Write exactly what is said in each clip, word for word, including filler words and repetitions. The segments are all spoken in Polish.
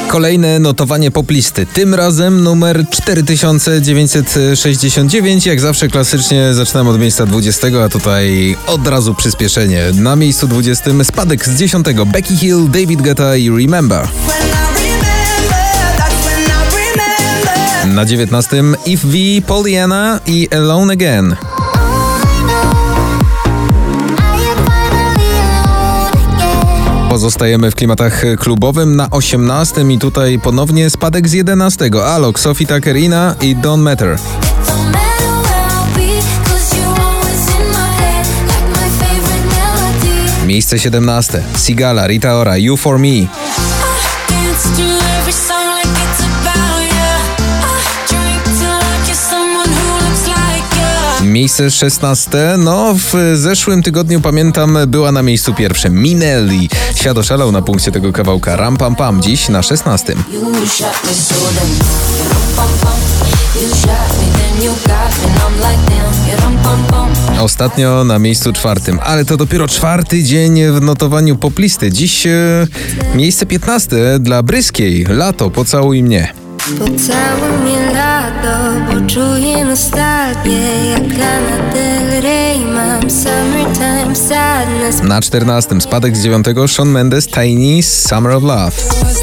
Kolejne notowanie poplisty, tym razem numer cztery tysiące dziewięćset sześćdziesiąt dziewięć. Jak zawsze klasycznie zaczynam od miejsca dwudziestego, a tutaj od razu przyspieszenie. Na miejscu dwudziestym spadek z dziesiątego. Becky Hill, David Guetta i Remember. Na dziewiętnastym If V, Pollyanna i Alone Again. Pozostajemy w klimatach klubowym na osiemnastym i tutaj ponownie spadek z jedenastego. Alok, Sophie Tucker i Don't Matter. Miejsce siedemnaste. Sigala, Rita Ora, You For Me. Miejsce szesnaste. No, w zeszłym tygodniu, pamiętam, była na miejscu pierwszym. Minelli. Świat oszalał na punkcie tego kawałka. Ram Pam Pam. Dziś na szesnastym. Ostatnio na miejscu czwartym, ale to dopiero czwarty dzień w notowaniu poplisty. Dziś e, miejsce piętnaste dla Bryskiej. Lato, Pocałuj mnie. Pocałuj mnie lato, bo czuję nostalgię, jak Lana Del Rey, mam summertime sadness. Na czternastym spadek z dziewiątego. Shawn Mendes, Tiny, Summer of Love.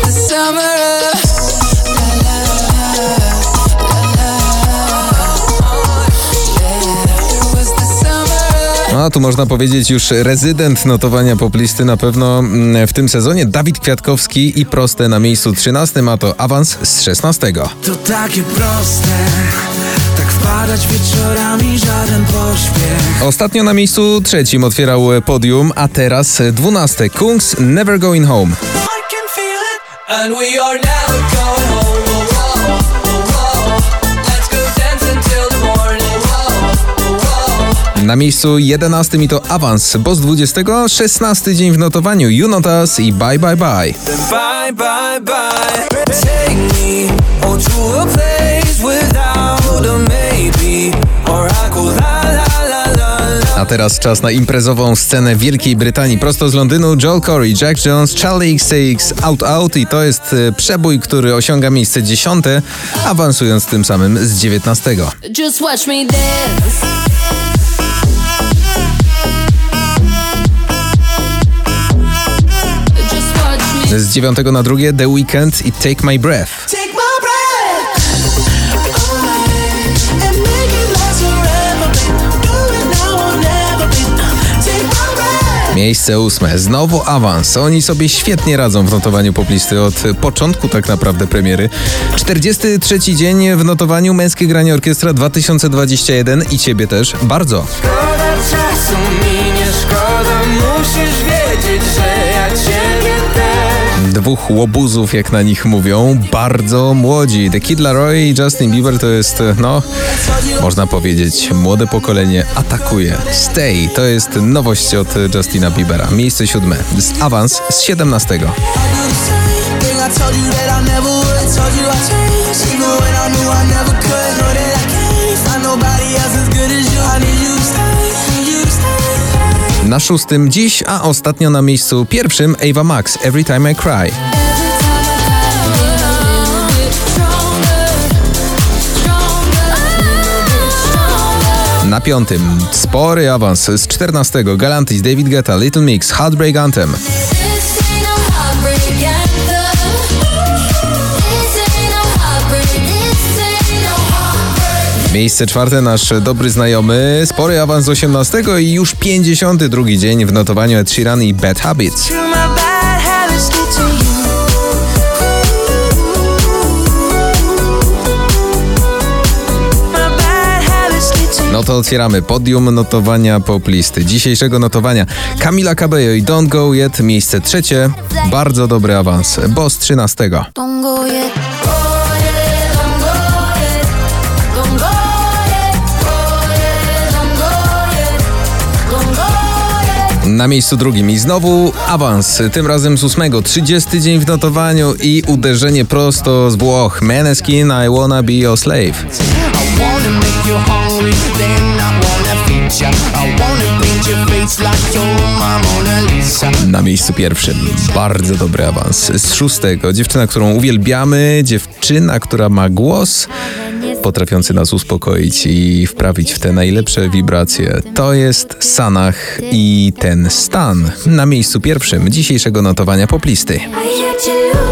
No, tu można powiedzieć już rezydent notowania poplisty na pewno w tym sezonie. Dawid Kwiatkowski i Proste na miejscu trzynastym, a to awans z szesnastego. To takie proste, tak wpadać wieczorami, żaden pośpiech. Ostatnio na miejscu trzecim otwierał podium, a teraz dwunaste. Kungs, Never Going Home. Na miejscu jedenastym i to awans, bo z dwudziestego szesnasty dzień w notowaniu. You Not Us i Bye Bye Bye. Bye, bye, bye. Take me to a place without a maybe, or I go la la la la la. A teraz czas na imprezową scenę Wielkiej Brytanii. Prosto z Londynu Joel Corey, Jack Jones, Charlie X C X, Out Out i to jest przebój, który osiąga miejsce dziesiąte, awansując tym samym z dziewiętnastego. Just watch me dance. Z dziewiątego na drugie The Weeknd i Take My Breath. Miejsce ósme. Znowu awans. Oni sobie świetnie radzą w notowaniu poplisty od początku tak naprawdę premiery. czterdziesty trzeci dzień w notowaniu. Męskie granie orkiestra dwa tysiące dwudziesty pierwszy i ciebie też bardzo. Szkoda czasu mi nie szkoda, musisz wiedzieć, że ja ciebie też. Dwóch łobuzów, jak na nich mówią, bardzo młodzi. The Kid Laroi i Justin Bieber to jest, no, można powiedzieć, młode pokolenie atakuje. Stay to jest nowość od Justina Biebera. Miejsce siódme. Awans z siedemnastego. Na szóstym dziś, a ostatnio na miejscu pierwszym Ava Max, Every Time I Cry. Na piątym spory awans z czternastego. Galantis, David Guetta, Little Mix, Heartbreak Anthem. Miejsce czwarte, nasz dobry znajomy, spory awans z osiemnastego i już pięćdziesiąty drugi dzień w notowaniu Ed Sheeran i Bad Habits. No to otwieramy podium notowania poplisty. Dzisiejszego notowania Camila Cabello i Don't Go Yet, miejsce trzecie. Bardzo dobry awans, bo z trzynastego. Na miejscu drugim i znowu awans, tym razem z ósmego. trzydziesty dzień w notowaniu i uderzenie prosto z Włoch. Maneskin, I Wanna Be Your Slave. paint your face like you're my Mona Lisa. Na miejscu pierwszym bardzo dobry awans. Z szóstego dziewczyna, którą uwielbiamy, dziewczyna, która ma głos potrafiący nas uspokoić i wprawić w te najlepsze wibracje. To jest Sanach i ten stan na miejscu pierwszym dzisiejszego notowania poplisty. I had you